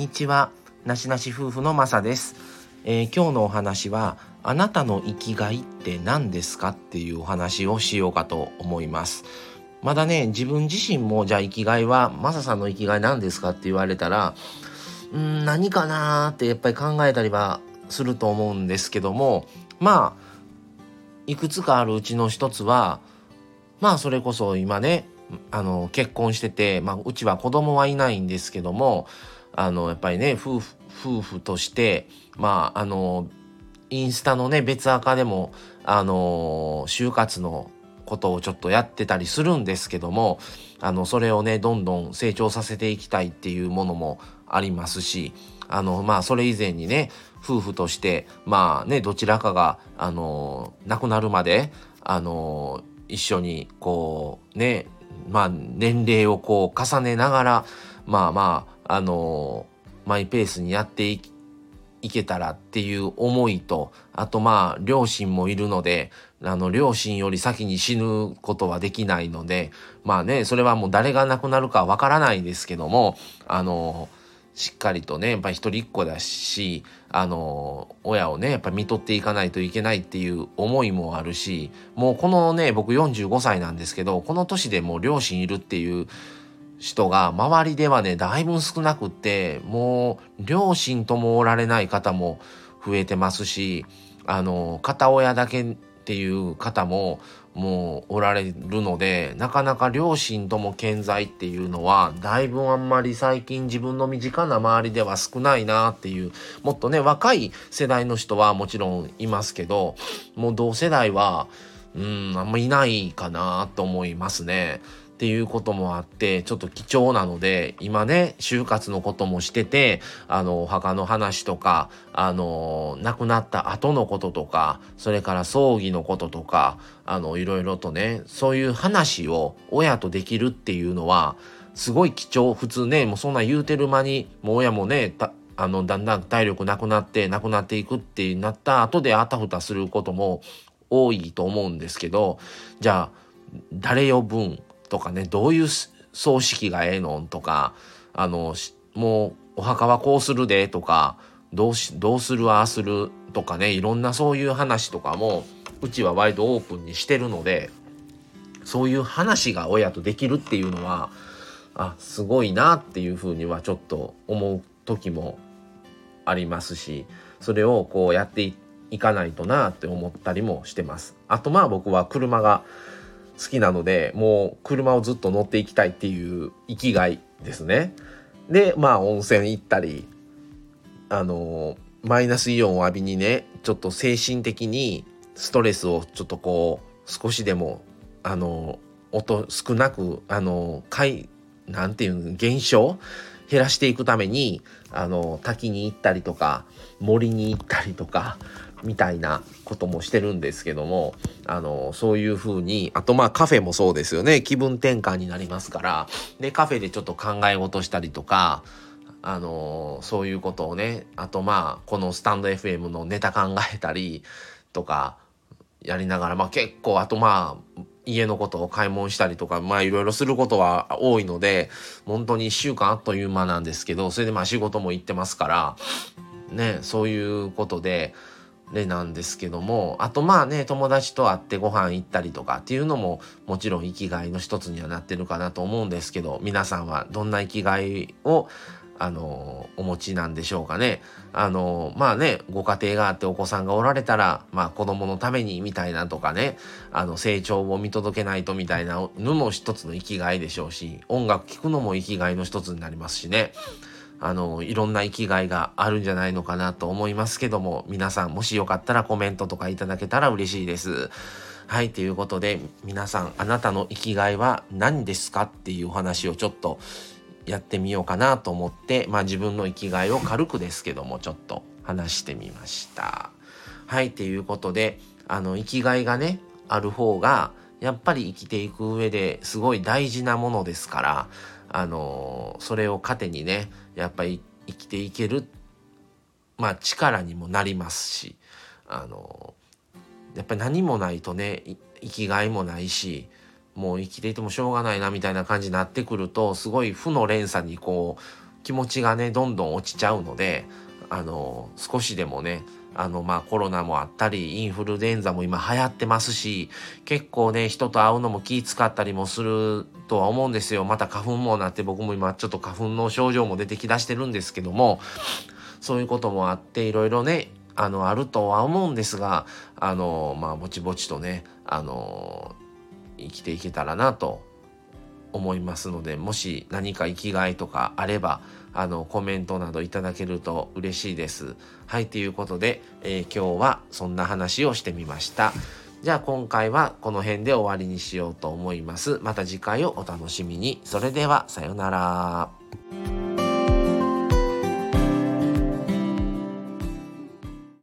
にちは。なしなし夫婦のまさです。今日のお話は、あなたの生きがいって何ですかっていうお話をしようかと思います。まだね、自分自身もじゃあ生きがいは、まささんの生きがい何ですかって言われたら、何かなーってやっぱり考えたりはすると思うんですけども、いくつかあるうちの一つは、それこそ今ね、結婚してて、うちは子供はいないんですけども、やっぱりね、夫婦として、インスタのね、別アカでも、就活のことをちょっとやってたりするんですけども、それをね、どんどん成長させていきたいっていうものもありますし、それ以前にね、夫婦として、どちらかが、亡くなるまで、一緒にこうね、年齢をこう重ねながらマイペースにやっていけたらっていう思いと、あと両親もいるので、両親より先に死ぬことはできないので、それはもう誰が亡くなるかわからないですけども、しっかりとね、やっぱり一人っ子だし、親をね、やっぱり見とっていかないといけないっていう思いもあるし、もうこのね、僕45歳なんですけど、この年でもう両親いるっていう人が周りではね、だいぶ少なくって、もう両親ともおられない方も増えてますし、片親だけっていう方ももうおられるので、なかなか両親とも健在っていうのはだいぶあんまり最近自分の身近な周りでは少ないなっていう。もっとね、若い世代の人はもちろんいますけど、もう同世代はあんまいないかなと思いますね。っていうこともあって、ちょっと貴重なので、今ね、就活のこともしてて、お墓の話とか、亡くなった後のこととか、それから葬儀のこととか、いろいろとね、そういう話を親とできるっていうのは、すごい貴重。普通ね、もうそんな言うてる間に、もう親もね、だんだん体力なくなっていくってなった後であたふたすることも多いと思うんですけど、じゃあ、誰呼ぶんとかね、どういう葬式がええのとか、もうお墓はこうするでとか、どうするああするとかね、いろんなそういう話とかもうちは割とオープンにしてるので、そういう話が親とできるっていうのはすごいなっていうふうにはちょっと思う時もありますし、それをこうやっていかないとなって思ったりもしてます。あと僕は車が好きなので、もう車をずっと乗っていきたいっていう生きがいですね。で、温泉行ったり、マイナスイオンを浴びにね、ちょっと精神的にストレスをちょっとこう少しでも少なくなんていう現象減らしていくために滝に行ったりとか森に行ったりとかみたいなこともしてるんですけども、そういう風に、あとカフェもそうですよね。気分転換になりますから、でカフェでちょっと考え事したりとか、そういうことをね、あとこのスタンド FM のネタ考えたりとかやりながら、結構あと家のことを買い物したりとかいろいろすることは多いので、本当に1週間あっという間なんですけど、それで仕事も行ってますからね、そういうことでなんですけども、あと友達と会ってご飯行ったりとかっていうのももちろん生きがいの一つにはなってるかなと思うんですけど、皆さんはどんな生きがいをお持ちなんでしょうかね。ご家庭があってお子さんがおられたら、子供のためにみたいなとかね、成長を見届けないとみたいなのも一つの生きがいでしょうし、音楽聴くのも生きがいの一つになりますしね。いろんな生きがいがあるんじゃないのかなと思いますけども、皆さんもしよかったらコメントとかいただけたら嬉しいです。はい、ということで皆さん、あなたの生きがいは何ですかっていうお話をちょっとやってみようかなと思って、自分の生きがいを軽くですけどもちょっと話してみました。はい、ということで生きがいがねある方がやっぱり生きていく上ですごい大事なものですから、それを糧にねやっぱり生きていける力にもなりますし、やっぱり何もないとね生きがいもないし、もう生きていてもしょうがないなみたいな感じになってくると、すごい負の連鎖にこ気持ちがねどんどん落ちちゃうので、少しでもねコロナもあったりインフルエンザも今流行ってますし、結構ね人と会うのも気使ったりもするとは思うんですよ。また花粉もなって、僕も今ちょっと花粉の症状も出てきだしてるんですけども、そういうこともあっていろいろねあるとは思うんですが、ぼちぼちとね生きていけたらなと思いますので、もし何か生きがいとかあればコメントなどいただけると嬉しいです。はい、ということで、今日はそんな話をしてみました。じゃあ今回はこの辺で終わりにしようと思います。また次回をお楽しみに。それではさようなら。